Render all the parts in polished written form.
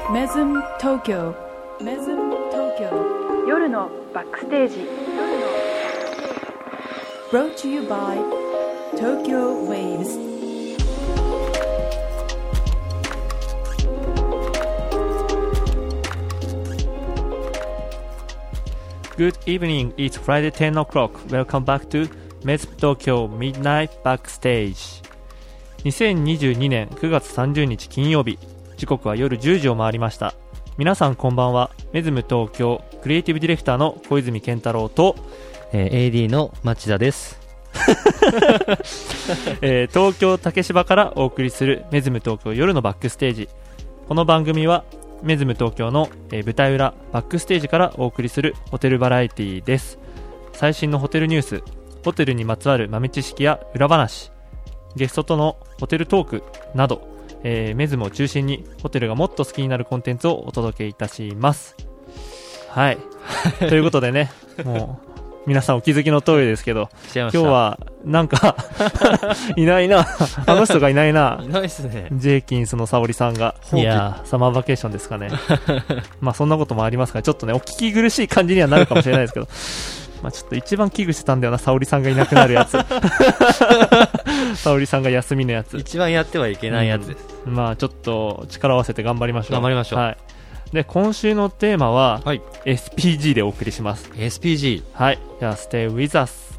メズム東京夜のバックステージ Brought to you by Tokyo Waves。 Good evening, it's Friday 10 o'clock. Welcome back to MEZM Tokyo Midnight Backstage。 2022年9月30日金曜日、時刻は夜10時を回りました。皆さんこんばんは。MEZM東京クリエイティブディレクターの小泉健太郎と、 AD の町田です。 東京竹芝からお送りするMEZM東京夜のバックステージ。この番組はMEZM東京の、舞台裏バックステージからお送りするホテルバラエティです。最新のホテルニュース、ホテルにまつわる豆知識や裏話、ゲストとのホテルトークなど、MEZMを中心にホテルがもっと好きになるコンテンツをお届けいたします。はいということでね、もう皆さんお気づきの通りですけど、今日はなんかいないな、あの人がいないな。 いないですね。 ジェイキンスの沙織さんが、いやサマーバケーションですかね。まあそんなこともありますから、ちょっとねお聞き苦しい感じにはなるかもしれないですけどまあちょっと一番危惧してたんだよな、沙織さんがいなくなるやつ。沙織さんが休みのやつ、 一番やってはいけないやつです。 まあちょっと力を合わせて頑張りましょう。 頑張りましょう。 はい。で今週のテーマは、 はい、 SPG でお送りします。 SPG。 はい、じゃあ Stay with us。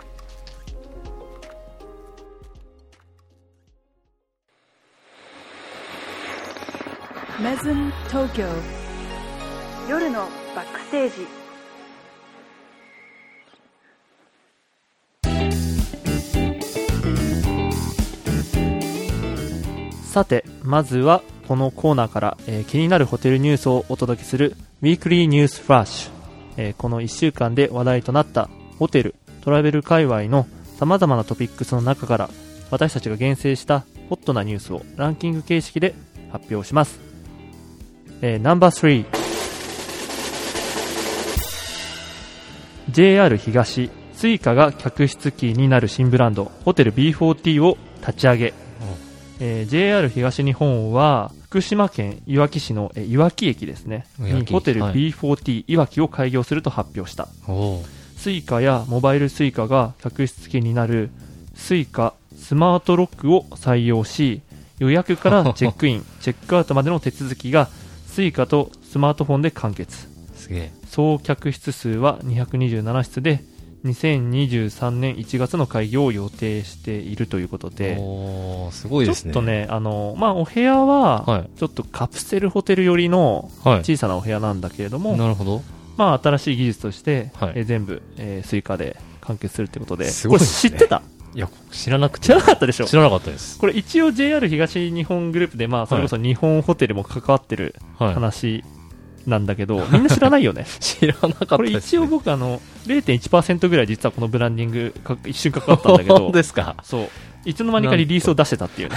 MEZM東京夜のバックステージ。 さてまずはこのコーナーから、気になるホテルニュースをお届けするウィークリーニュースフラッシュ。この1週間で話題となったホテルトラベル界隈の様々なトピックスの中から私たちが厳選したホットなニュースをランキング形式で発表します。ナンバー3、 JR 東スイカが客室キーになる新ブランドホテル B40 を立ち上げ。JR 東日本は福島県いわき市のいわき駅ですねにホテル B40 いわきを開業すると発表した。スイカやモバイルスイカが客室機になるスイカスマートロックを採用し、予約からチェックインチェックアウトまでの手続きがスイカとスマートフォンで完結。 すげえ。 総客室数は227室で2023年1月の開業を予定しているということで、 すごいですね。 ちょっとね、まあ、お部屋はちょっとカプセルホテル寄りの小さなお部屋なんだけれども、 なるほど。まあ、新しい技術として、全部、スイカで完結するということで、 すごいですね。 これ知ってた？ いや、知らなかったでしょ。知らなかったです。 これ一応 JR 東日本グループで、まあ、それこそ日本ホテルも関わってる話なんだけど、みんな知らないよね。 知らなかったですね。 これ一応僕0.1% ぐらい実はこのブランディング一瞬かかったんだけど、 そうですか。 そう、いつの間にかリリースを出してたっていうね。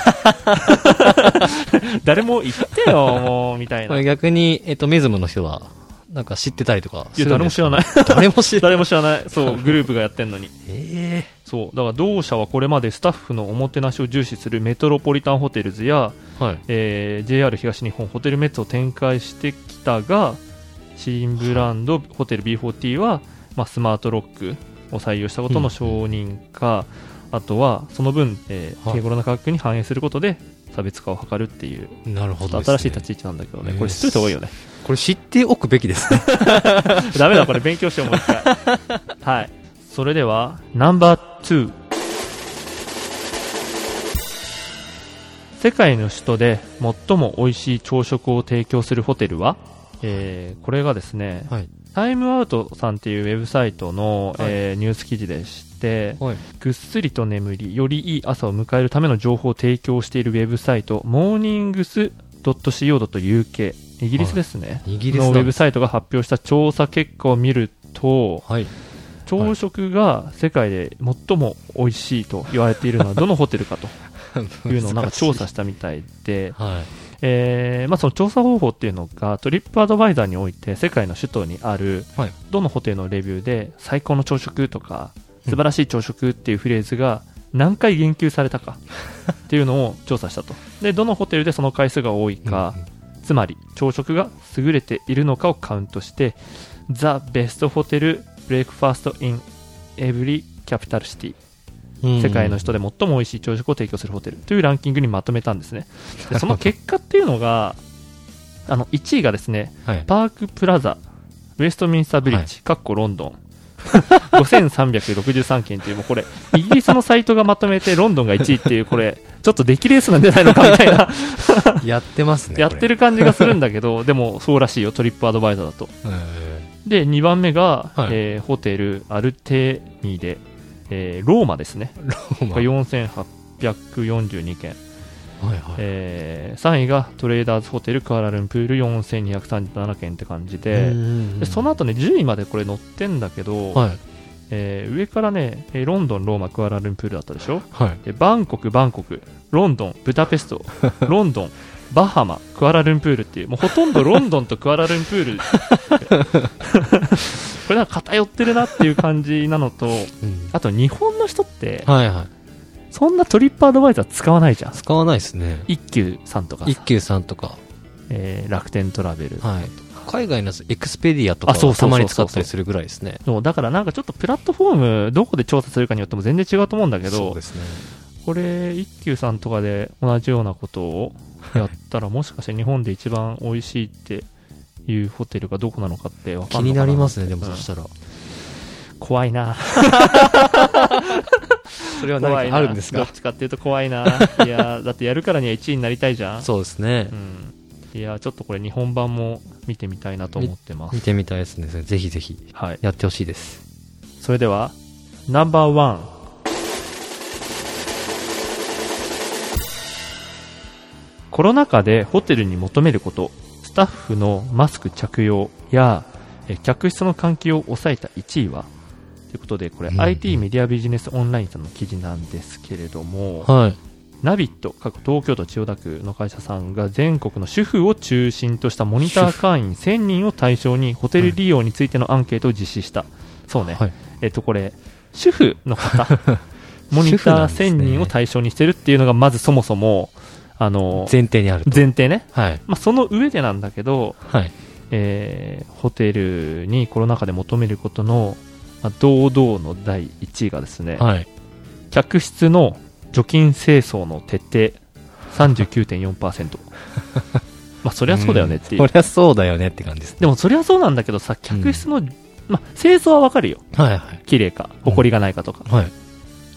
誰も言ってよもうみたいな。 これ逆にMEZMの人はなんか知ってたりとかするんですか？いや、 誰も知らない。誰も知らない。そう、グループがやってんのに。そう、だから同社はこれまでスタッフのおもてなしを重視するメトロポリタンホテルズや、JR 東日本ホテルメッツを展開してきたが、新ブランド、ホテル B40 は、まあ、スマートロックを採用したことの承認か、あとはその分、手頃な価格に反映することで差別化を図るっていう、 なるほど、 新しい立ち位置なんだけどね、これ知っといた方がいいよね。 これ知っておくべきですね。 ダメだ、これ勉強しよう、もう一回。はい、それではナンバー2、世界の首都で最も美味しい朝食を提供するホテルは、これがですね、タイムアウトさんっていうウェブサイトの、ニュース記事でして、ぐっすりと眠りよりいい朝を迎えるための情報を提供しているウェブサイトモーニングス .co.uk、 イギリスですね、のウェブサイトが発表した調査結果を見ると、朝食が世界で最も美味しいと言われているのはどのホテルかというのをなんか調査したみたいで、まあ、その調査方法っていうのがトリップアドバイザーにおいて世界の首都にあるどのホテルのレビューで最高の朝食とか素晴らしい朝食っていうフレーズが何回言及されたかっていうのを調査したと。でどのホテルでその回数が多いか、 つまり朝食が優れているのかをカウントして The Best Hotel Breakfast in Every Capital City、世界の人で最も美味しい朝食を提供するホテルというランキングにまとめたんですね。でその結果っていうのが1位がですね、はい、パークプラザウェストミンスターブリッジ、ロンドン5363件という、もうこれイギリスのサイトがまとめてロンドンが1位っていう、これちょっと出来レースなんじゃないのかみたいなやってますね、 やってる感じがするんだけどでもそうらしいよ、トリップアドバイザーだと。で2番目が、はい、ホテルアルテニで、ローマですね。ローマ4842件、はいはい、3位がトレーダーズホテルクアラルンプール4237件って感じ でその後ね10位までこれ載ってんだけど、はい、上からねロンドン、ローマ、クアラルンプールだったでしょ、はい、でバンコク、ロンドン、ブダペストロンドン、バハマ、クアラルンプールっていう、もうほとんどロンドンとクアラルンプールこれなんか偏ってるなっていう感じなのと、あと日本の人って、はいはい、そんなトリップアドバイザー使わないじゃん。 使わないですね。 一休さんとかさ、 一休さんとか、 楽天トラベル、 はい、海外のやつエクスペディアとかたまに使ったりするぐらいですね。 そうだからなんかちょっとプラットフォームどこで調査するかによっても全然違うと思うんだけど、 そうですね、 これ一休さんとかで同じようなことをやったらもしかして日本で一番美味しいっていうホテルがどこなのかって分かんのかな。 気になりますね。でもそしたら、 怖いなそれは何かあるんですか。 どっちかっていうと怖いな。いやだってやるからには1位になりたいじゃん。 そうですね、 いやちょっとこれ日本版も見てみたいなと思ってます。 見てみたいですね。ぜひぜひやってほしいです、 はい、それではナンバー1、コロナ禍でホテルに求めること、スタッフのマスク着用や客室の換気を抑えた1位はということで、これ、IT メディアビジネスオンラインさんの記事なんですけれども、はい、ナビット東京都千代田区の会社さんが全国の主婦を中心としたモニター会員1000人を対象にホテル利用についてのアンケートを実施した、そうね、はい、これ主婦の方モニター1000人を対象にしてるっていうのがまずそもそも前提にあると。 前提ね、 はい、 その上でなんだけど、はい、ホテルにコロナ禍で求めることの、堂々の第1位がですね、はい、客室の除菌清掃の徹底 39.4% そりゃそうだよねっていう、 そりゃそうだよねって感じですね。 でもそりゃそうなんだけどさ、客室の、清掃はわかるよ、はいはい、綺麗か埃がないかとか、はい、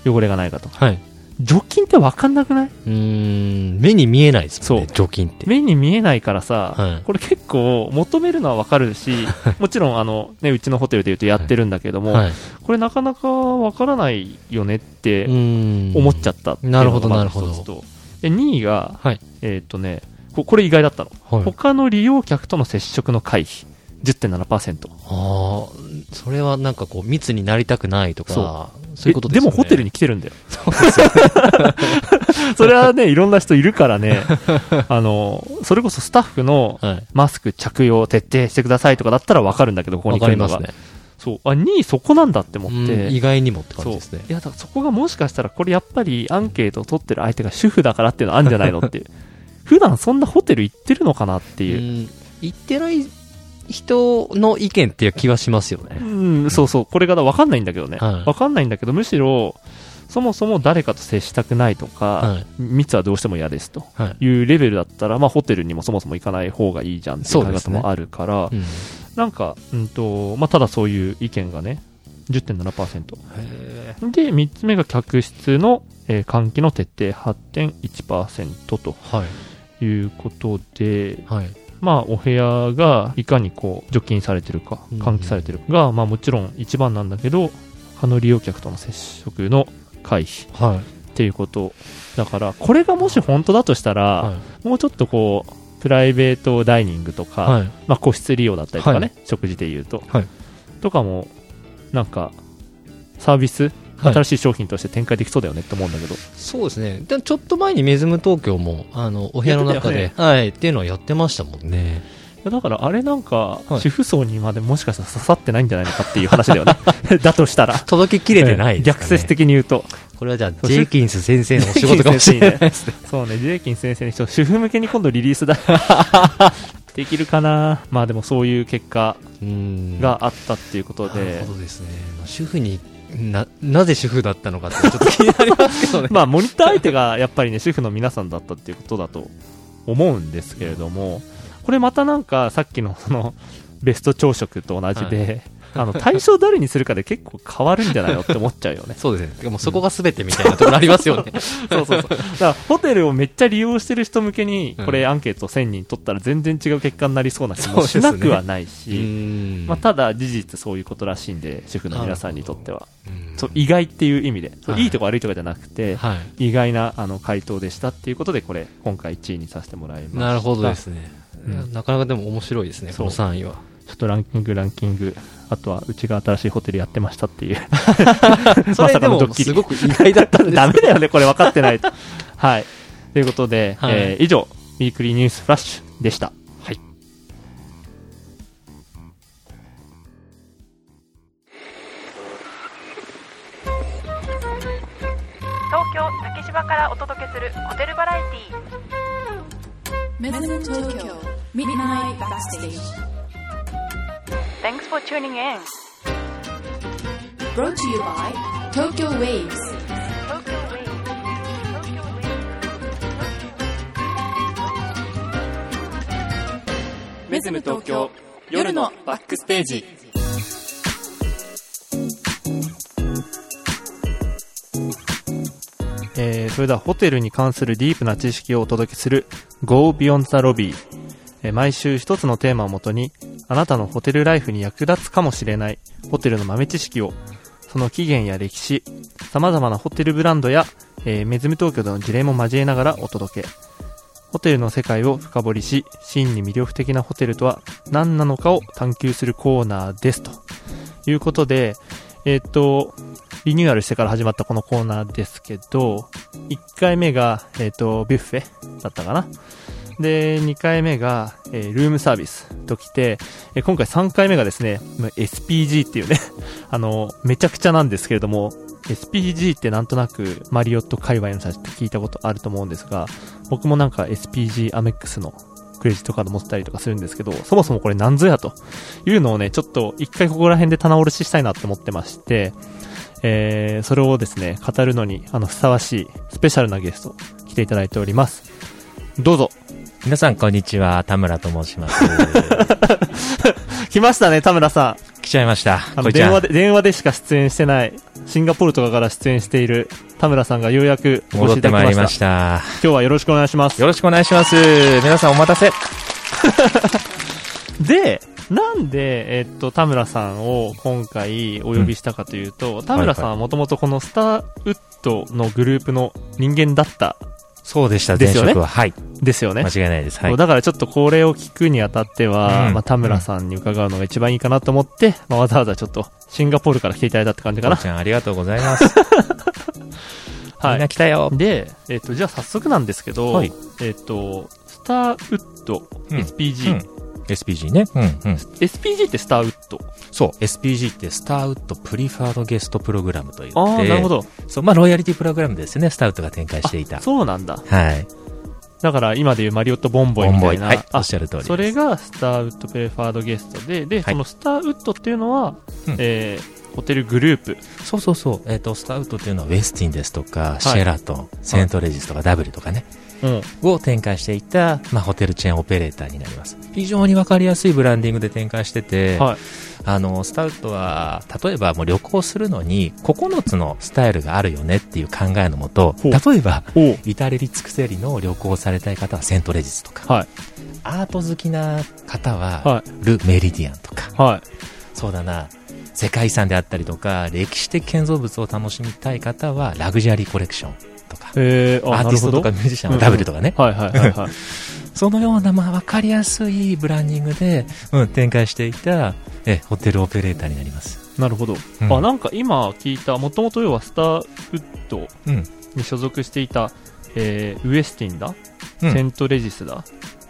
汚れがないかとか、はい、除菌って分かんなくない？ 目に見えないですもんね、除菌って。 目に見えないからさ、はい、これ結構求めるのは分かるし、もちろんうちのホテルでいうとやってるんだけども、はい、これなかなか分からないよねって思っちゃったっていうのがまず一つと、で2位が、はい、これ意外だったの、はい、他の利用客との接触の回避 10.7%。 それはなんかこう密になりたくないとか、そういうことですよね。 でもホテルに来てるんだよ。そうですよそれはね、いろんな人いるからねそれこそスタッフのマスク着用を徹底してくださいとかだったら分かるんだけど、ここに来るのが、ね、そう2位そこなんだって思って、 意外にもって感じですね。 いやだからそこがもしかしたらこれやっぱりアンケートを取ってる相手が主婦だからっていうのあるんじゃないのっていう普段そんなホテル行ってるのかなっていう、 行ってない人の意見っていう気はしますよね。 そうそう、これが分かんないんだけどね、はい、分かんないんだけど、むしろそもそも誰かと接したくないとか、はい、密はどうしても嫌ですというレベルだったら、ホテルにもそもそも行かない方がいいじゃんっていう考え方もあるから、なんか、ただそういう意見がね 10.7% で、3つ目が客室の、換気の徹底 8.1% ということで、はい、お部屋がいかにこう除菌されてるか換気されてるかが、もちろん一番なんだけど、他の利用客との接触の回避っていうことだから、これがもし本当だとしたら、もうちょっとこうプライベートダイニングとか、個室利用だったりとかね、食事でいうと、とかもなんかサービス新しい商品として展開できそうだよねって思うんだけど、 そうですね。でちょっと前にメズム東京もお部屋の中で、はい、っていうのはやってましたもんね。 だからあれなんか、 はい主婦層にまでもしかしたら刺さってないんじゃないのかっていう話だよねだとしたら届けきれてないですかね。 逆説的に言うとこれはじゃあ、ジェイキンス先生のお仕事かもしれないですね。 そうね、ジェイキン先生に主婦向けに今度リリースだできるかな。まあでもそういう結果があったっていうことで、 なるほどですね。主婦になぜ主婦だったのかってちょっと気になりますけどねまあモニター相手がやっぱりね主婦の皆さんだったっていうことだと思うんですけれども、これまたなんかさっきのそのベスト朝食と同じで、対象誰にするかで結構変わるんじゃないのって思っちゃうよねそうですね。もうそこが全てみたいなところありますよね。 そうそうそう。だからホテルをめっちゃ利用してる人向けにこれアンケート1000人取ったら全然違う結果になりそうな気もしなくはないし、まあ、ただ事実そういうことらしいんで主婦の皆さんにとってはそう意外っていう意味で、いいとか悪いとかじゃなくて、意外な回答でしたっていうことでこれ今回1位にさせてもらいました。 なるほどですね。なかなかでも面白いですね、この3位は。 ちょっとランキング、あとはうちが新しいホテルやってましたっていうそれでもすごく意外だったんですダメだよねこれ分かってないとはいということで、以上ウィークリーニュースフラッシュでした。はい。 東京竹芝からお届けするホテルバラエティー Mesm Tokyo Midnight Backstage. Thanks for tuning in. Brought to you by Tokyo Waves. Mesm Tokyo 夜のバックステージ。 それではホテルに関するディープな知識をお届けする Go Beyond the Lobby。毎週一つのテーマをもとにあなたのホテルライフに役立つかもしれないホテルの豆知識を、その起源や歴史、様々なホテルブランドや、メズム東京での事例も交えながらお届け。ホテルの世界を深掘りし、真に魅力的なホテルとは何なのかを探求するコーナーですということで、リニューアルしてから始まったこのコーナーですけど、1回目が、ビュッフェだったかな。で、2回目が、ルームサービスときて、今回3回目がですね、SPG っていうね、めちゃくちゃなんですけれども、SPG ってなんとなくマリオット界隈の人たちって聞いたことあると思うんですが、僕もなんか SPG アメックスのクレジットカード持ってたりとかするんですけど、そもそもこれ何ぞやというのをね、ちょっと一回ここら辺で棚卸ししたいなって思ってまして、それをですね、語るのにふさわしいスペシャルなゲスト来ていただいております。どうぞ。 皆さんこんにちは、田村と申します来ましたね、田村さん。 来ちゃいました。 電話でしか出演してない、シンガポールとかから出演している田村さんがようやくお越しいただきました。 戻ってまいりました。 今日はよろしくお願いします。 よろしくお願いします。皆さんお待たせで、なんで、田村さんを今回お呼びしたかというと、田村さんはもともとこのスターウッドのグループの人間だった。 そうでした、前職は。はい。 ですよね。 間違いないです。はい。 だからちょっとこれを聞くにあたっては、田村さんに伺うのが一番いいかなと思って、わざわざちょっとシンガポールから来ていただいたって感じかな。 ちゃんありがとうございます。はい。みんな来たよ。 で、じゃあ早速なんですけど、はい、スターウッド、 SPG。SPG ね。 SPG ってスターウッド。 そう。SPG ってスターウッドプリファードゲストプログラムといって。 ああ、なるほど。 そう、ロイヤリティプログラムですよね。スターウッドが展開していた。 そうなんだ。 はい。 だから今でいうマリオットボンボイみたいな。 はい。おっしゃる通りです。 それがスターウッドプリファードゲストで、そのスターウッドっていうのは、ホテルグループ。 そう。スターウッドっていうのはウェスティンですとか、シェラトン、セントレジスとか W とかね。を展開していた、ホテルチェーンオペレーターになります。非常に分かりやすいブランディングで展開してて、スターウッドは例えばもう旅行するのに9つのスタイルがあるよねっていう考えのもと、例えば至れり尽くせりの旅行をされたい方はセントレジスとか、アート好きな方はル・メリディアンとか、そうだな、世界遺産であったりとか歴史的建造物を楽しみたい方はラグジュアリーコレクションとか、アーティストとかミュージシャンはダブルとかね、そのような分かりやすいブランディングで、展開していたホテルオペレーターになります。 なるほど。なんか今聞いた、もともと要はスターウッドに所属していた、ウエスティンだ、セントレジスだ、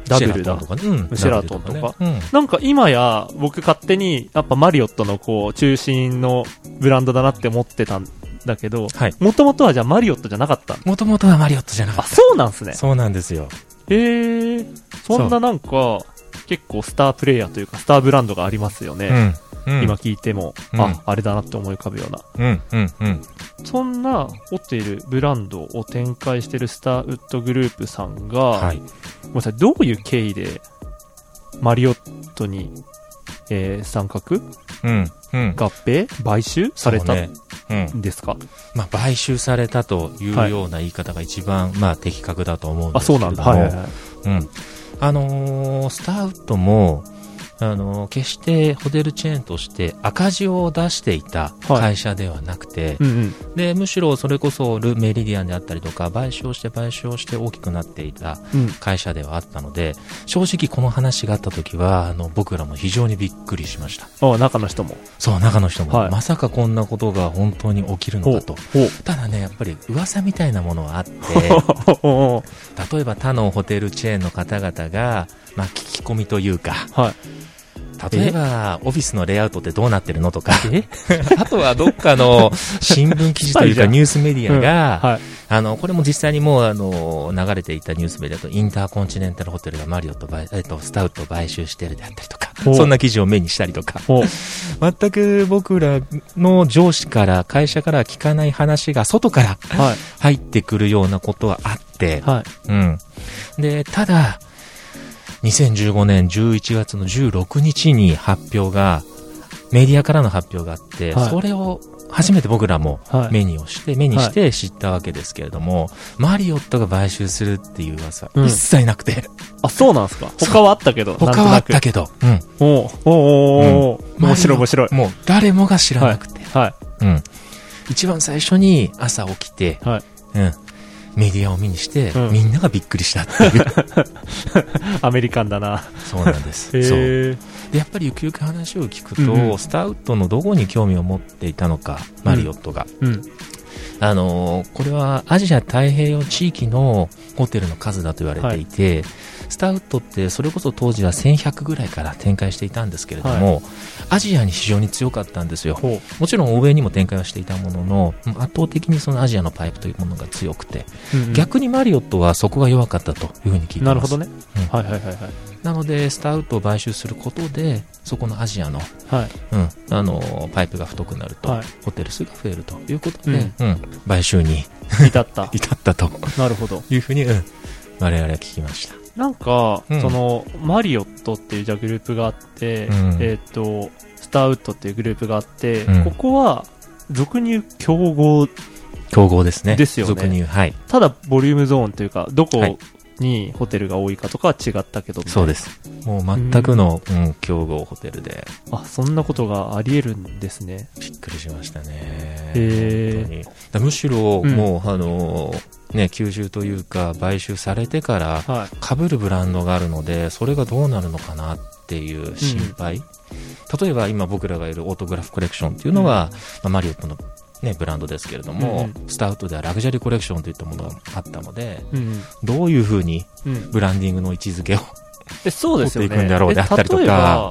ダブルだ。 シェラトンとかね。 シェラトンとか。なんか今や、僕勝手に、やっぱマリオットのこう、中心のブランドだなって思ってたんだけど、もともとはじゃあマリオットじゃなかった？ もともとはマリオットじゃなかった。 あ、そうなんすね。 そうなんですよ。 そんななんか、結構スタープレイヤーというか、スターブランドがありますよね。今聞いても、あれだなって思い浮かぶような。そんなホテル、ブランドを展開しているスターウッドグループさんが、ごめんなさい、どういう経緯でマリオットに、参画、合併買収されたんですか？ 買収されたというような言い方が一番、的確だと思うんですけれども、スターウッドも決してホテルチェーンとして赤字を出していた会社ではなくて、でむしろそれこそメリディアンであったりとか買収をして大きくなっていた会社ではあったので、正直この話があった時は僕らも非常にびっくりしました。 中の人もまさかこんなことが本当に起きるのかと。ただね、やっぱり噂みたいなものはあって例えば他のホテルチェーンの方々が聞き込みというか、例えばオフィスのレイアウトってどうなってるのとかあとはどっかの新聞記事というかニュースメディアが、これも実際にもう流れていたニュースメディアとインターコンチネンタルホテルがマリオット、スタウッドを買収してるであったりとか、そんな記事を目にしたりとか、全く僕らの上司から会社から聞かない話が外から入ってくるようなことはあって、でただ2015年11月の16日にメディアからの発表があって、それを初めて僕らも目にして知ったわけですけれども、マリオットが買収するっていう噂は一切なくて。 あ、そうなんですか。他はあったけど。 他はあったけど。 面白い。 もう誰もが知らなくて。一番最初に朝起きて、メディアを見にして、みんながびっくりしたっていうアメリカンだな。 そうなんです。でやっぱりゆくゆく話を聞くと、スタウッドのどこに興味を持っていたのか、マリオットが、これはアジア太平洋地域のホテルの数だと言われていて、スタウッドってそれこそ当時は1100ぐらいから展開していたんですけれども、アジアに非常に強かったんですよ。もちろん欧米にも展開はしていたものの、圧倒的にそのアジアのパイプというものが強くて、逆にマリオットはそこが弱かったというふうに聞いています。 なるほどね。 なのでスタウッドを買収することでそこのアジアの、パイプが太くなると、ホテル数が増えるということで、買収に至ったとなるほどいうふうに、我々は聞きました。 なんか、そのマリオットっていうグループがあって、スターウッドっていうグループがあって、ここは俗に言う競合ですね。 ですよね。 俗に言う、 ただボリュームゾーンというかどこにホテルが多いかとかは違ったけど、 そうです。もう全くの、競合ホテルで。 そんなことがあり得るんですね。 びっくりしましたね。本当に。むしろ、もう吸収というか買収されてから被るブランドがあるので、それがどうなるのかなっていう心配。例えば今僕らがいるオートグラフコレクションっていうのは、マリオットのブランドですけれども、スタウトではラグジュアリーコレクションといったものがあったので、どういうふうにブランディングの位置づけをそうですよね。 取っていくんだろうであったりとか、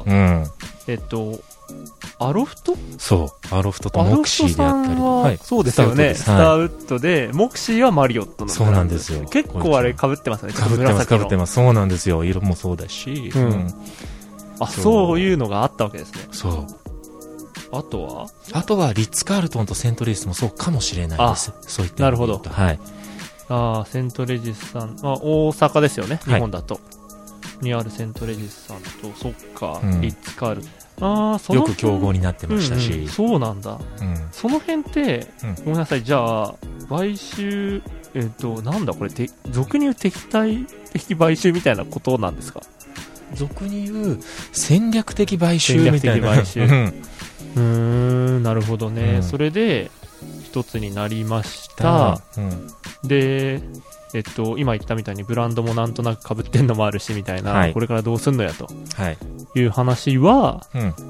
アロフト？ そう、アロフトとモクシーであったり、 そうですよね。スタウッドで、モクシーはマリオットの。 そうなんですよ。 結構あれ被ってますね。 被ってます。そうなんですよ。色もそうだし、 そういうのがあったわけですね。 そう。 あとはリッツ・カールトンとセントレジスもそうかもしれないです。そういった。 なるほど。 セントレジスさん、大阪ですよね。日本だと。にあるセントレジスさんと、そっか、リッツ・カールトン。 よく競合になってましたし。 そうなんだ。その辺って、ごめんなさい、じゃあ、買収、なんだこれ、俗に言う敵対的買収みたいなことなんですか？ 俗に言う戦略的買収みたいな。 戦略的買収。なるほどね。それで、一つになりました。で、今言ったみたいにブランドもなんとなく被ってんのもあるしみたいな、これからどうすんのやという話は、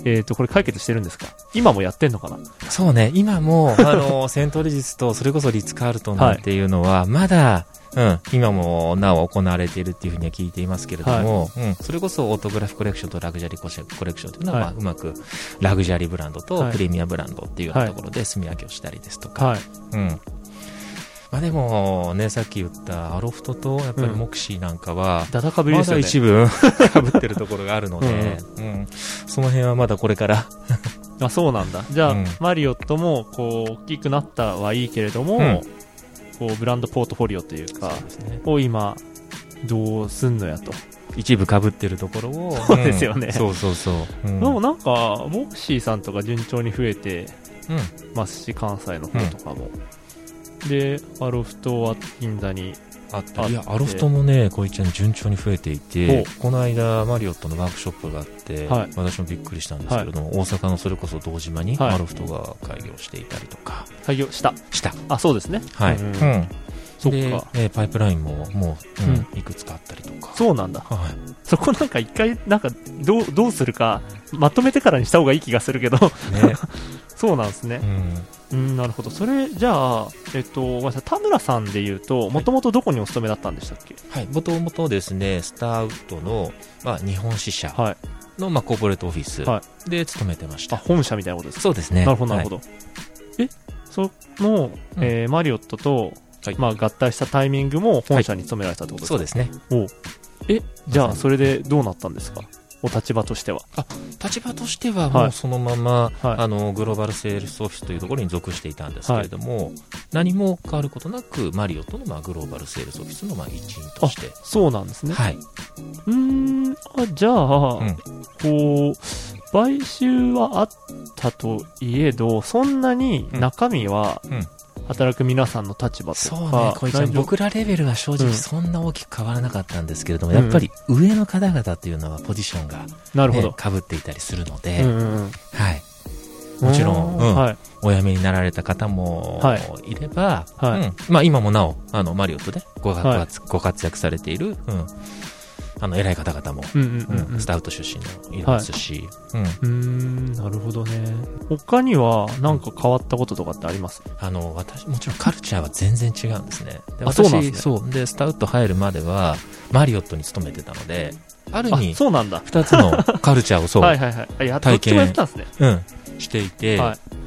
これ解決してるんですか？今もやってんのかな？ そうね、今も、セントレジスと、それこそリッツ・カールトンなんていうのは、まだ、今もなお行われているっていうふうには聞いていますけれども、それこそオートグラフコレクションとラグジュアリーコレクションというのは、うまくラグジュアリーブランドとプレミアブランドっていうようなところで住み分けをしたりですとか、まあでもね、さっき言ったアロフトとやっぱりモクシーなんかは、 ダダかぶりですよね。 まだ一部かぶってるところがあるので、その辺はまだこれからあ、そうなんだ。じゃあ、マリオットもこう大きくなったはいいけれども、こうブランドポートフォリオというかを今どうすんのやと。 一部被ってるところを。 そうですよね。 そうそうそう。 でもなんかモクシーさんとか順調に増えてますし、関西の方とかも。でアロフトは銀座にあって、 いやアロフトもね、こいちゃん順調に増えていて、この間マリオットのワークショップがあって、私もびっくりしたんですけれども、大阪のそれこそ堂島にアロフトが開業していたりとか。 開業した。あ、そうですね。 はい。 そっか。 パイプラインももう、いくつかあったりとか。 そうなんだ。そこなんか一回なんかどうするかまとめてからにした方がいい気がするけど。そうなんですね。なるほど。それじゃあ田村さんでいうと、もともとどこにお勤めだったんでしたっけ？ はい。もともとですね、スターウッドの日本支社のコーポレートオフィスで勤めてました。 本社みたいなことですか？ そうですね。 なるほどなるほど。そのマリオットと合体したタイミングも本社に勤められたってことですか？ そうですね。 じゃあそれでどうなったんですか？お立場としては。 立場としてはもうそのまま、グローバルセールスオフィスというところに属していたんですけれども、何も変わることなくマリオットのグローバルセールスオフィスの一員として。 そうなんですね。 はい。 じゃあ、こう買収はあったといえど、そんなに中身は、働く皆さんの立場とか。 そうね、小池ちゃん、僕らレベルは正直そんな大きく変わらなかったんですけれども、やっぱり上の方々っていうのはポジションが、被っていたりするので、はい。もちろん、お辞めになられた方もいれば、今もなお、マリオットでご活躍されている、偉い方々も、スタウト出身のいますし、 なるほどね。他には何か変わったこととかってあります？ 私もちろんカルチャーは全然違うんですね。 そうなんですね。 そうでスタウト入るまではマリオットに勤めてたので、ある意味そうなんだ。 2つのカルチャーを体験していて。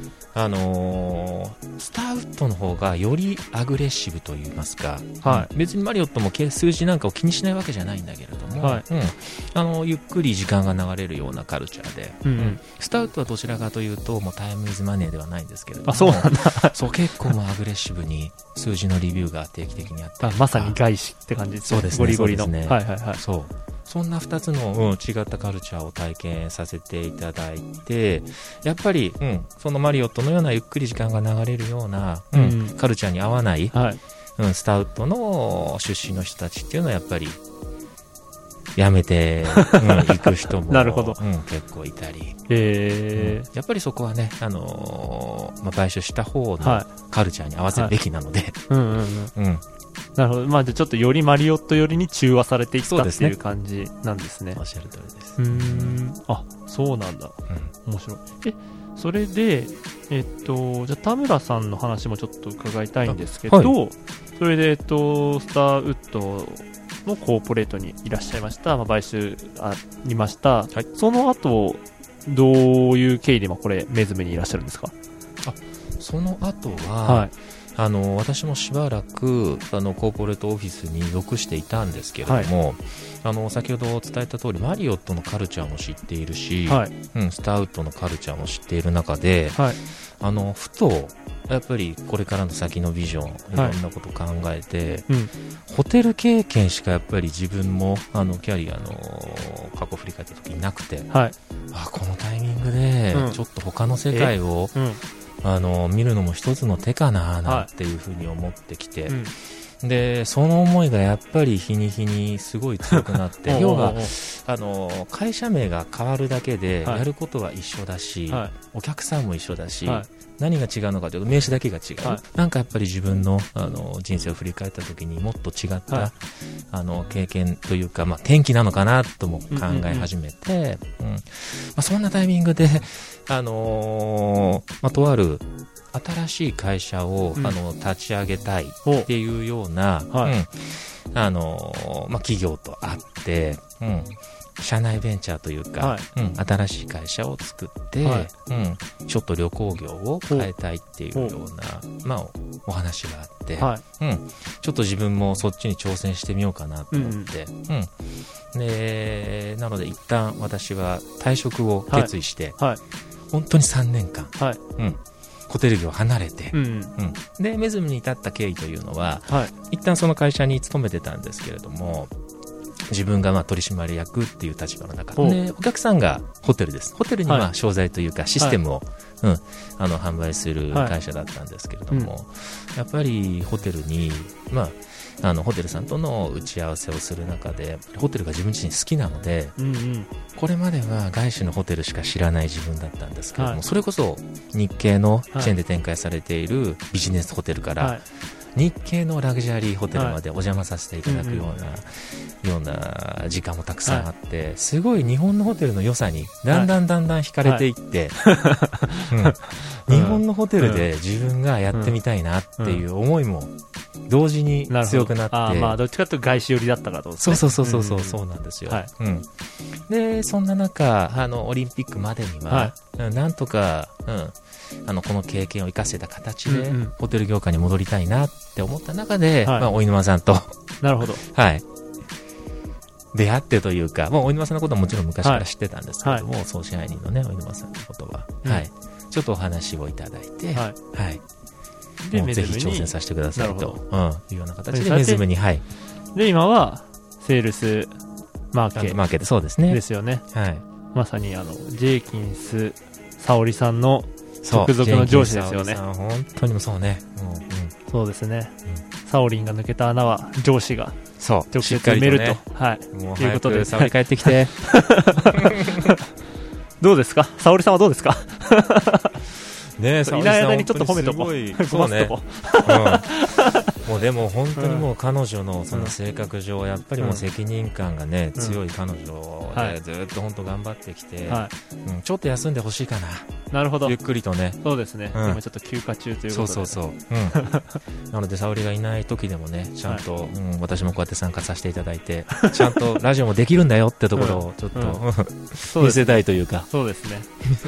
スタウトの方がよりアグレッシブといいますか、別にマリオットも数字なんかを気にしないわけじゃないんだけれども、ゆっくり時間が流れるようなカルチャーで、スタウトはどちらかというともうタイムイズマネーではないんですけれども、 そうなんだ。 そう結構もうアグレッシブに数字のリビューが定期的にあったりとか、 まさに外資って感じですね。 そうですね。 ゴリゴリの。 そうそんな2つの、違ったカルチャーを体験させていただいて、やっぱり、そのマリオットのようなゆっくり時間が流れるような、カルチャーに合わない、スタウトの出身の人たちっていうのはやっぱり辞めて、行く人もなるほど、 結構いたり、やっぱりそこはね、買収した方のカルチャーに合わせるべきなので、 なるほど。じゃあちょっとよりマリオット寄りに中和されていったっていう感じなんですね。 おっしゃる通りです。 そうなんだ。面白い。それで、じゃあ田村さんの話もちょっと伺いたいんですけど、それで、スターウッドのコーポレートにいらっしゃいました。買収ありました。その後、どういう経緯でこれ、メズムにいらっしゃるんですか？ その後は、私もしばらくコーポレートオフィスに属していたんですけれども、先ほど伝えた通りマリオットのカルチャーも知っているし、スタウトのカルチャーも知っている中で、ふとやっぱりこれからの先のビジョンいろんなことを考えて、ホテル経験しかやっぱり自分もキャリアの過去振り返った時になくて、このタイミングでちょっと他の世界を見るのも一つの手かななんていうふうに思ってきて、でその思いがやっぱり日に日にすごい強くなって要は会社名が変わるだけでやることは一緒だし、お客さんも一緒だし、何が違うのかというと名刺だけが違う、なんかやっぱり自分の人生を振り返った時にもっと違った経験というか、転機なのかなとも考え始めて、そんなタイミングで、とある新しい会社を、立ち上げたいっていうような、企業とあって、社内ベンチャーというか、新しい会社を作って、ちょっと旅行業を変えたいっていうような、お話があって、ちょっと自分もそっちに挑戦してみようかなと思って、でなので一旦私は退職を決意して、本当に3年間、ホテル業を離れて、でメズムに至った経緯というのは、一旦その会社に勤めてたんですけれども、自分が取締役っていう立場の中で、お客さんがホテルです。ホテルに商材というかシステムを、販売する会社だったんですけれども、やっぱりホテルに、ホテルさんとの打ち合わせをする中で、ホテルが自分自身好きなので、これまでは外資のホテルしか知らない自分だったんですけれども、それこそ日系のチェーンで展開されているビジネスホテルから、日系のラグジュアリーホテルまでお邪魔させていただくような時間もたくさんあって、すごい日本のホテルの良さにだんだん惹かれていって、日本のホテルで自分がやってみたいなっていう思いも同時に強くなって、 どっちかというと外資寄りだったかと、 そうなんですよ。でそんな中オリンピックまでには、なんとか、この経験を生かせた形で、ホテル業界に戻りたいなって思った中で、大沼さんとなるほど、 出会ってというか、大沼さんのことはもちろん昔から知ってたんですけども、総支配人のね大沼さんのことは、ちょっとお話をいただいて、もうぜひ挑戦させてくださいというような形でメズムに、 で今はセールスマーケそうですね、 ですよね。まさにジェイキンス沙織さんの直属の上司ですよね。 本当にもそうね。 そうですね。サオリンが抜けた穴は上司が直接埋めると、いうことで、 沙織帰ってきて。 どうですか、沙織さんはどうですか。 ね、 いない間にちょっと褒めとこう。 そうね。もうでも本当にもう彼女のその性格上、やっぱりもう責任感がね、強い彼女でずっと本当頑張ってきて、ちょっと休んでほしいかな。 なるほど。 ゆっくりとね。 そうですね。今ちょっと休暇中ということで。 そう。なので沙織がいない時でもね、ちゃんと私もこうやって参加させていただいて、ちゃんとラジオもできるんだよってところをちょっと見せたいというか。 そうですね。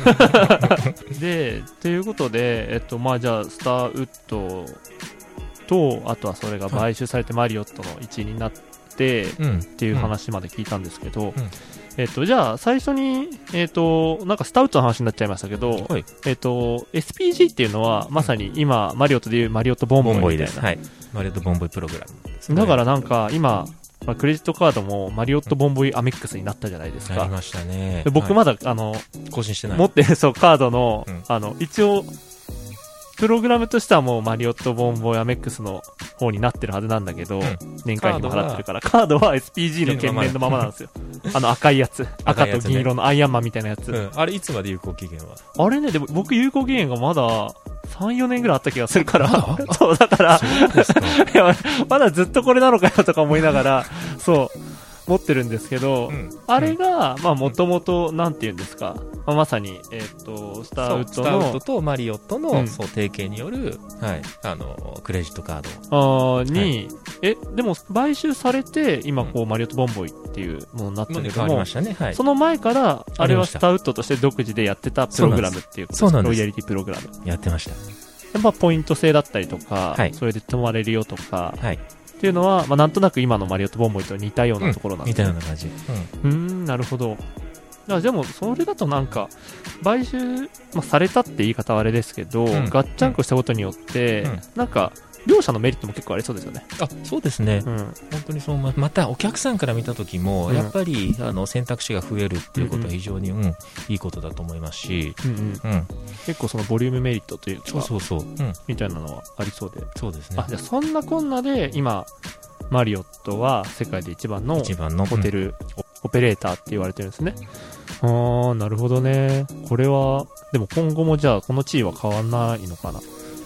で、ということで、じゃあスターウッドと、あとはそれが買収されてマリオットの一員になってっていう話まで聞いたんですけど、じゃあ最初に、なんかスターウッドの話になっちゃいましたけど、SPG っていうのはまさに今マリオットでいうマリオットボンボイみたいな、 マリオットボンボイプログラムですね。 だからなんか今クレジットカードもマリオットボンボイアメックスになったじゃないですか。 ありましたね。 僕まだ、 更新してない。 持ってるカードの、一応プログラムとしてはもうマリオットボンボイアメックスの方になってるはずなんだけど、年会費も払ってるからカードは SPG の券面のままなんですよ。赤いやつ、赤と銀色のアイアンマンみたいなやつ。あれいつまで有効期限は？ あれね、でも僕有効期限がまだ3、4年ぐらいあった気がするから、そうだから、いやまだずっとこれなのかよとか思いながら、持ってるんですけど、あれがもともとなんていうんですか、まさにスターウッドとマリオットの提携によるクレジットカードにでも買収されて今こうマリオットボンボイっていうものになってるけども、その前からあれはスターウッドとして独自でやってたプログラムっていうことです。ロイヤリティプログラムやってました。 やっぱポイント制だったりとか、それで泊まれるよとか。っていうのは、なんとなく今のマリオットボンボイと似たようなところなんですね。 似たような感じ。 なるほど。でもそれだとなんか買収、されたって言い方はあれですけど、ガッチャンコしたことによって、なんか両者のメリットも結構ありそうですよね。 そうですね。本当にそう。またお客さんから見た時も、やっぱり選択肢が増えるっていうことは非常にいいことだと思いますし、 結構そのボリュームメリットというか、みたいなのはありそうで。 そうですね。 じゃあそんなこんなで今マリオットは世界で一番のホテルオペレーターって言われてるんですね。なるほどね。これはでも今後もじゃあこの地位は変わらないのかな。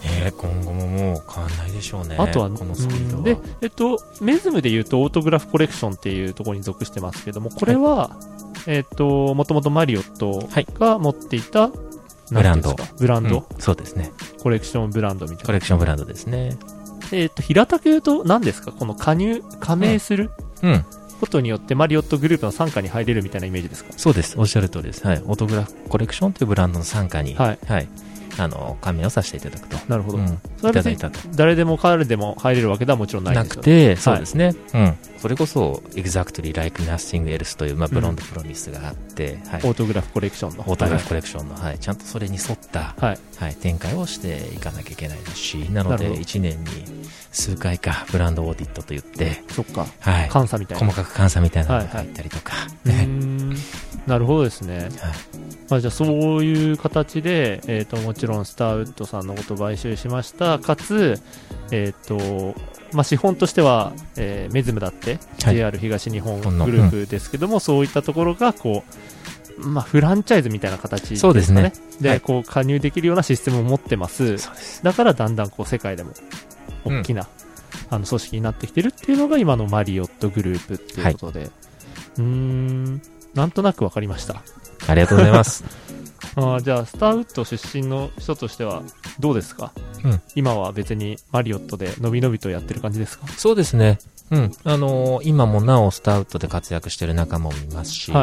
今後ももう変わんないでしょうね。 あとは、 このスピードは。 で、メズムで言うとオートグラフコレクションっていうところに属してますけども、これは、もともとマリオットが持っていた、 ブランド。 そうですね。 コレクションブランドみたいな。 コレクションブランドですね。 平たく言うと何ですか？この加盟することによってマリオットグループの傘下に入れるみたいなイメージですか？ そうです。おっしゃる通りです。はい。オートグラフコレクションというブランドの傘下に、はい。加盟をさせていただくと。 なるほど。それは別に誰でも彼でも入れるわけではもちろんないですよね。 なくて、そうですね。それこそ、exactly like nothing else という、ブロンドプロミスがあって、 オートグラフコレクションの。 オートグラフコレクションの、ちゃんとそれに沿った、展開をしていかなきゃいけないですし、なので、1年に数回か、ブランドオーディットと言って、 そっか。監査みたいな。 細かく監査みたいなのが入ったりとか。 なるほどですね。じゃあそういう形で、もちろんスターウッドさんのことを買収しました。かつ、資本としては、メズムだって、JR 東日本グループですけども、そういったところが、フランチャイズみたいな形ですかね。 そうですね。 で、加入できるようなシステムを持ってます。だからだんだん世界でも大きな、組織になってきてるっていうのが今のマリオットグループっていうことで、なんとなくわかりました。 ありがとうございます。 じゃあ、スターウッド出身の人としてはどうですか？今は別にマリオットでのびのびとやってる感じですか？ そうですね。今もなおスターウッドで活躍してる仲間もいますし、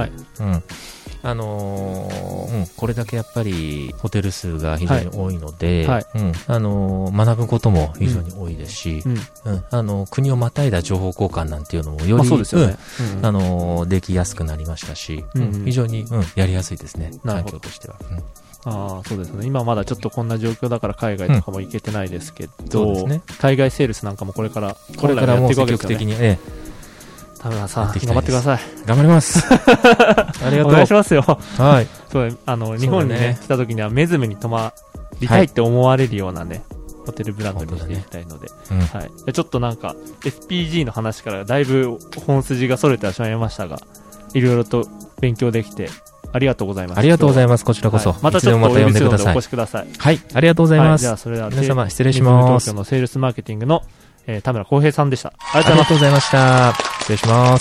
これだけやっぱりホテル数が非常に多いので、学ぶことも非常に多いですし、国をまたいだ情報交換なんていうのもより、できやすくなりましたし、非常に、やりやすいですね、環境としては。 そうですね。今まだちょっとこんな状況だから海外とかも行けてないですけど、海外セールスなんかもこれからもう積極的に、 田村さん、頑張ってください。 頑張ります。ありがとう。 お願いしますよ。 はい。 そう、日本にね、来た時にはメズムに泊まりたいって思われるようなね、ホテルブランドにしていきたいので、ちょっとなんか、SPG の話からだいぶ本筋が逸れてはしまいましたが、いろいろと勉強できて、ありがとうございます。 ありがとうございます。こちらこそ。 またちょっとお呼びするのでお越しください。 はい。ありがとうございます。 じゃあ、それでは、 皆様、失礼します。 東京のセールスマーケティングの、田村康平さんでした。 ありがとうございました。失礼します。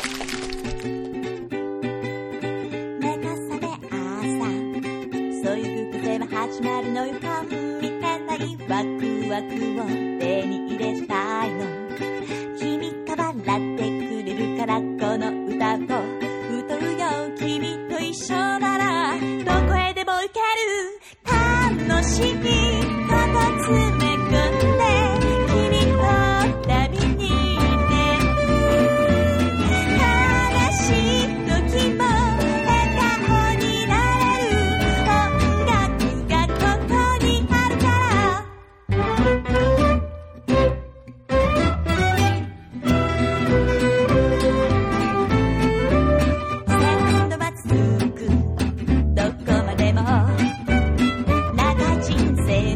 そういう癖は始まるのよ。見てないワクワクを手に入れたいの。君が笑ってくれるからこの歌を歌うよ。君と一緒ならどこへでも行ける。楽しみこと詰め込んで君と旅に出る。悲しい時も笑顔になれる。音楽がここにあるから。線路は続くどこまでも。長人生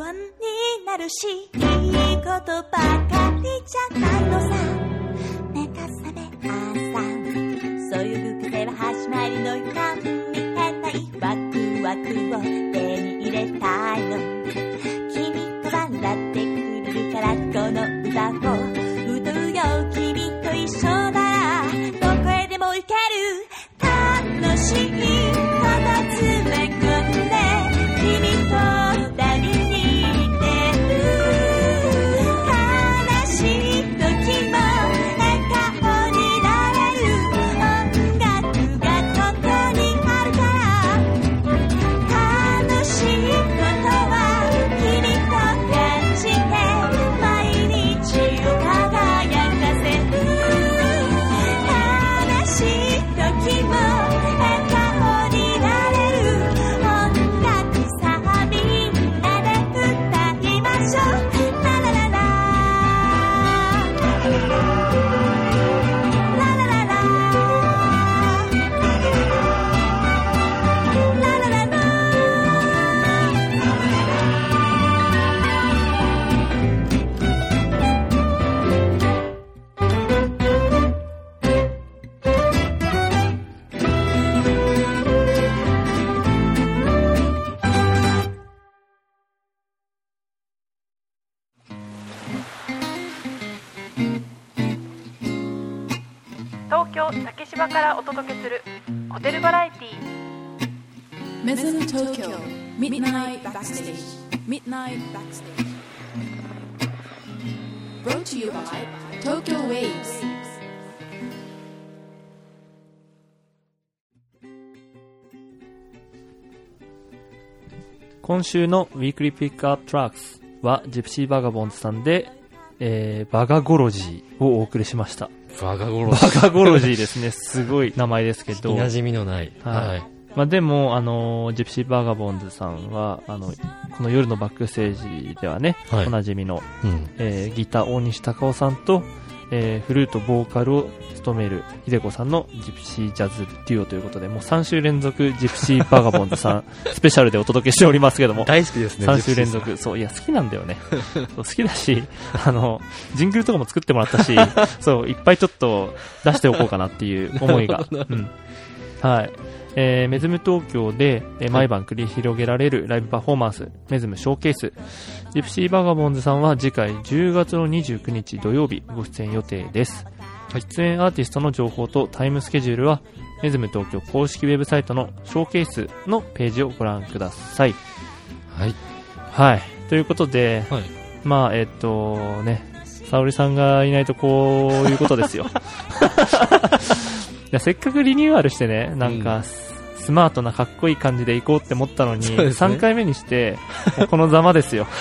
になるし、いいことばかりじゃないのさ。目が覚め朝、そういう癖は始まりの予感、見えないワクワクを手に入れたいの。君と笑ってくれるからこの歌を歌うよ。君と一緒ならどこへでも行ける。楽しいこと詰め込んで君と旅に出る。悲しい時も笑顔になれる。音楽がここにあるから楽しいことは君と感じて毎日を輝かせる。悲しい時も笑顔になれる。音楽さあみんなで歌いましょう。ララララララララララ東京竹芝からお届けするホテルバラエティ Mesm Tokyo Midnight Backstage. Midnight Backstage. Brought to you by Tokyo Waves. 今週のウィークリーピックアップトラックスはジプシーバガボンズさんで、バガゴロジーをお送りしました。 バガゴロジー。 バガゴロジーですね。すごい名前ですけど。 馴染みのない。はい。 まあ、でも、ジプシーバガボンズさんは、この夜のバックステージではね、はい、おなじみの、ギター大西隆夫さんと、フルートボーカルを務める秀子さんのジプシージャズデュオということで、もう3週連続ジプシーバガボンズさんスペシャルでお届けしておりますけども。 大好きですね。 3週連続。そう、いや、好きなんだよね。そう好きだし、ジングルとかも作ってもらったし、そう、いっぱいちょっと出しておこうかなっていう思いが。うん。はい。メズム東京で、毎晩繰り広げられるライブパフォーマンス、メズムショーケース。ジプシーバガボンズさんは次回10月の29日土曜日ご出演予定です。出演アーティストの情報とタイムスケジュールは、メズム東京公式ウェブサイトのショーケースのページをご覧ください。 はい。 はい。ということで、はい、まあ、ね、沙織さんがいないとこういうことですよ。いやせっかくリニューアルしてね、なんか、スマートなかっこいい感じで行こうって思ったのに、3回目にして、このざまですよ。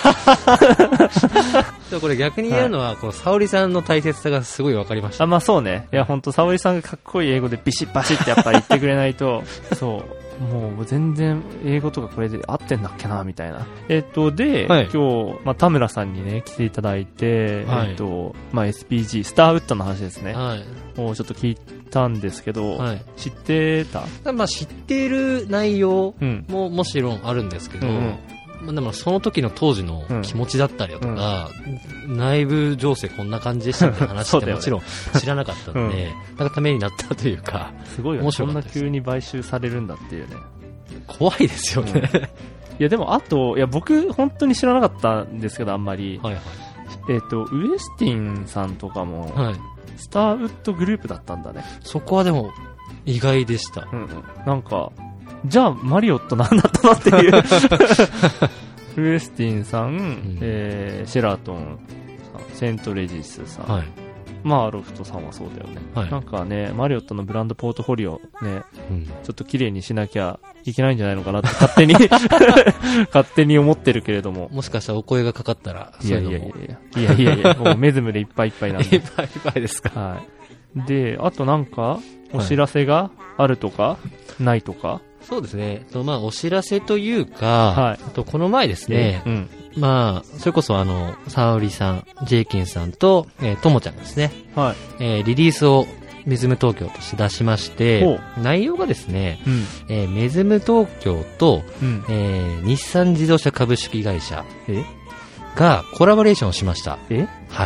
これ逆に言うのは、この沙織さんの大切さがすごい分かりました。 まあそうね。いや、ほんと、沙織さんがかっこいい英語でビシッバシッってやっぱり言ってくれないと、そう。もう全然英語とかこれで合ってんだっけなみたいな。で、はい、今日、まあ、田村さんにね、来ていただいて、はい、まあ、SPG、スターウッドの話ですね。はい。をちょっと聞いたんですけど、はい、知ってた？ まあ、知っている内容ももちろんあるんですけど、まあ、でもその時の当時の気持ちだったりだとか、内部情勢こんな感じでしたみたいな話ってもちろん知らなかったので、なんかためになったというか、 すごいよね。そんな急に買収されるんだっていうね。 怖いですよね。 いやでもあと、いや僕本当に知らなかったんですけど、あんまり。はいはい。ウエスティンさんとかも、はい、スターウッドグループだったんだね。 そこはでも意外でした。 なんか、じゃあマリオットなんだったのっていうウエスティンさん、シェラトンさん、セントレジスさん、はい、まあロフトさんはそうだよね、はい、なんかねマリオットのブランドポートフォリオね、ちょっと綺麗にしなきゃいけないんじゃないのかなって勝手に勝手に思ってるけれども、 もしかしたらお声がかかったらいやもうメズムでいっぱいいっぱいなんでいっぱいいっぱいですか。 はい。で、あとなんかお知らせがあるとか、はい、ないとか。 そうですね。まあ、お知らせというか、はい、あとこの前ですね、まあ、それこそ沙織さん、ジェイキンさんと、ともちゃんがですね、はい、リリースをメズム東京として出しまして、内容がですね、メズム東京と、日産自動車株式会社がコラボレーションをしました。はい。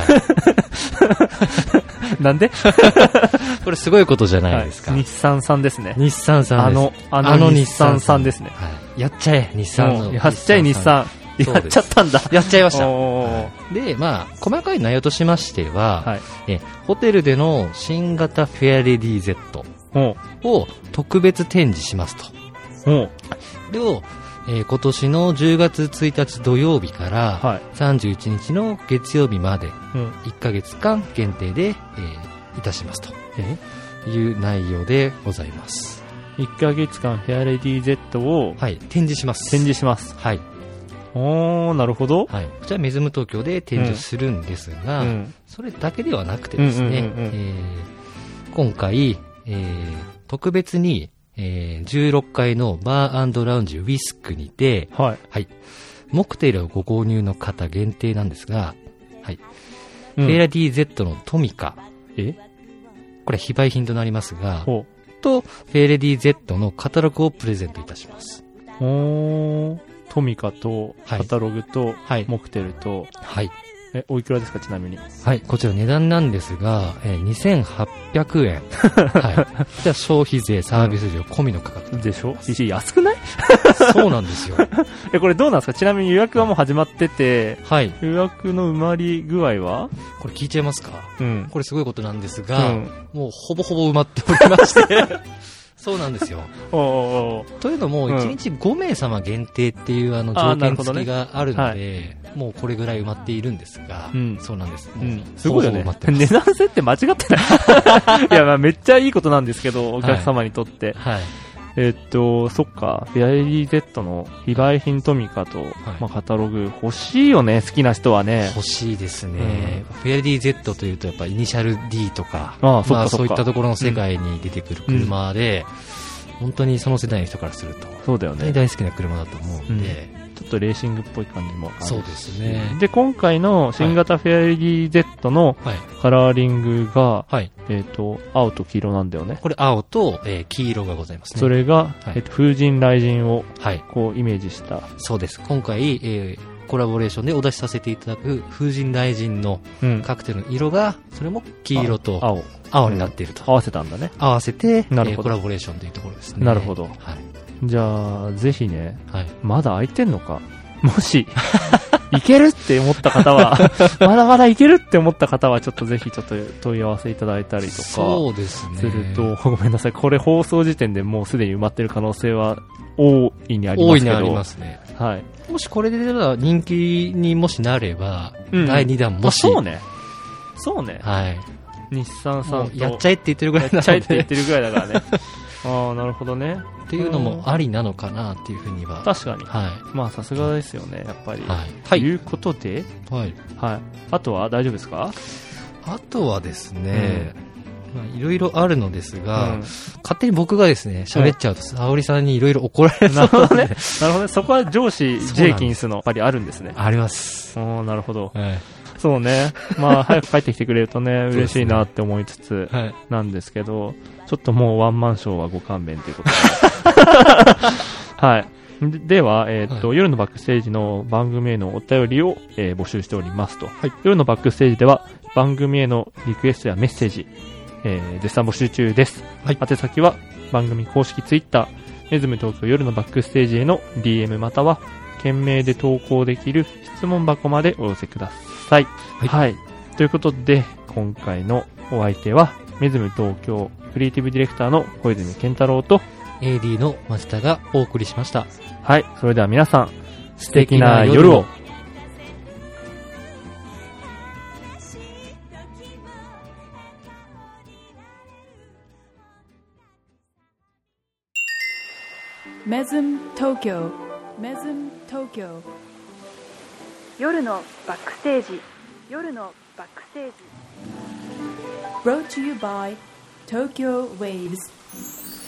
なんでこれすごいことじゃないですか。 日産さんですね。 日産さんです。 あの日産さんですね。 はい。やっちゃえ、日産の。 やっちゃえ、日産。やっちゃったんだ。 やっちゃいました。で、まあ、細かい内容としましては、ホテルでの新型フェアレディ Z を特別展示しますと。でを、今年の10月1日土曜日から31日の月曜日まで1ヶ月間限定で、いたしますという内容でございます。 1ヶ月間フェアレディ Z を、 展示します。 展示します。 はい。 なるほど。 はい。こちらメズム東京で展示するんですが、それだけではなくてですね、今回、特別に、16階のバー&ラウンジウィスクにて、モクテルをご購入の方限定なんですが、フェアレディ Z のトミカ、これ非売品となりますが、とフェアレディ Z のカタログをプレゼントいたします。 トミカとカタログとモクテルと、おいくらですか、ちなみに。 はい、こちら値段なんですが、2800円。じゃあ消費税、サービス料込みの価格。 でしょ？安くない？ そうなんですよ。 これどうなんですか？ちなみに予約はもう始まってて、予約の埋まり具合は？ これ聞いちゃいますか？これすごいことなんですが、もうほぼほぼ埋まっておりまして。そうなんですよ。というのも、1日5名様限定っていう条件付きがあるので、もうこれぐらい埋まっているんですが、そうなんです。 すごいよね。値段設定間違ってない。いや、まあめっちゃいいことなんですけど、お客様にとって。そっか、フェアレディ Z の非売品トミカと、カタログ欲しいよね、好きな人はね。 欲しいですね。フェアレディ Z というとやっぱイニシャル D とか、 そういったところの世界に出てくる車で、本当にその世代の人からすると、 そうだよね。 大好きな車だと思うんで、 ちょっとレーシングっぽい感じもある。 そうですね。 で、今回の新型フェアレディ Z のカラーリングが、青と黄色なんだよね。 これ青と、黄色がございますね。 それが、風神雷神を、こうイメージした。 そうです。今回、コラボレーションでお出しさせていただく風神雷神のカクテルの色が、それも黄色と青になっていると。 合わせたんだね。 合わせて、コラボレーションというところですね。 なるほど。じゃあ、ぜひね、まだ空いてんのか。もし、いけるって思った方は、まだまだいけるって思った方は、ちょっとぜひちょっと問い合わせいただいたりとか、 そうですね。 すると、ごめんなさい、これ放送時点でもうすでに埋まってる可能性は大いにありますけど。 大いにありますね。 はい。 もしこれで出たら人気にもしなれば、第2弾もし。 そうね。そうね。 はい。 日産さんと。 やっちゃえって言ってるぐらいなので。 やっちゃえって言ってるぐらいだからね。ああ、なるほどね。 っていうのもありなのかなっていうふうには。 確かに。まあさすがですよね、やっぱり。ということで、あとは大丈夫ですか？ あとはですね、いろいろあるのですが、勝手に僕がですね、喋っちゃうと、沙織さんにいろいろ怒られそうなので。 なるほどね。そこは上司、ジェイキンスのやっぱりあるんですね。 あります。 なるほど。そうね。まあ、早く帰ってきてくれるとね、嬉しいなって思いつつ、なんですけど、ちょっともうワンマンショーはご勘弁ということで。はい。では、夜のバックステージの番組へのお便りを、募集しておりますと。夜のバックステージでは、番組へのリクエストやメッセージ、絶賛募集中です。宛先は、番組公式ツイッター、メズム東京夜のバックステージへの DM または、件名で投稿できる質問箱までお寄せください。はい。ということで、今回のお相手は、メズム東京クリエイティブディレクターの小泉健太郎と AD の松田がお送りしました。 はい。それでは皆さん、素敵な夜を。 メズム東京メズム東京夜のバックステージ夜のバックステージ Brought to you by Tokyo Waves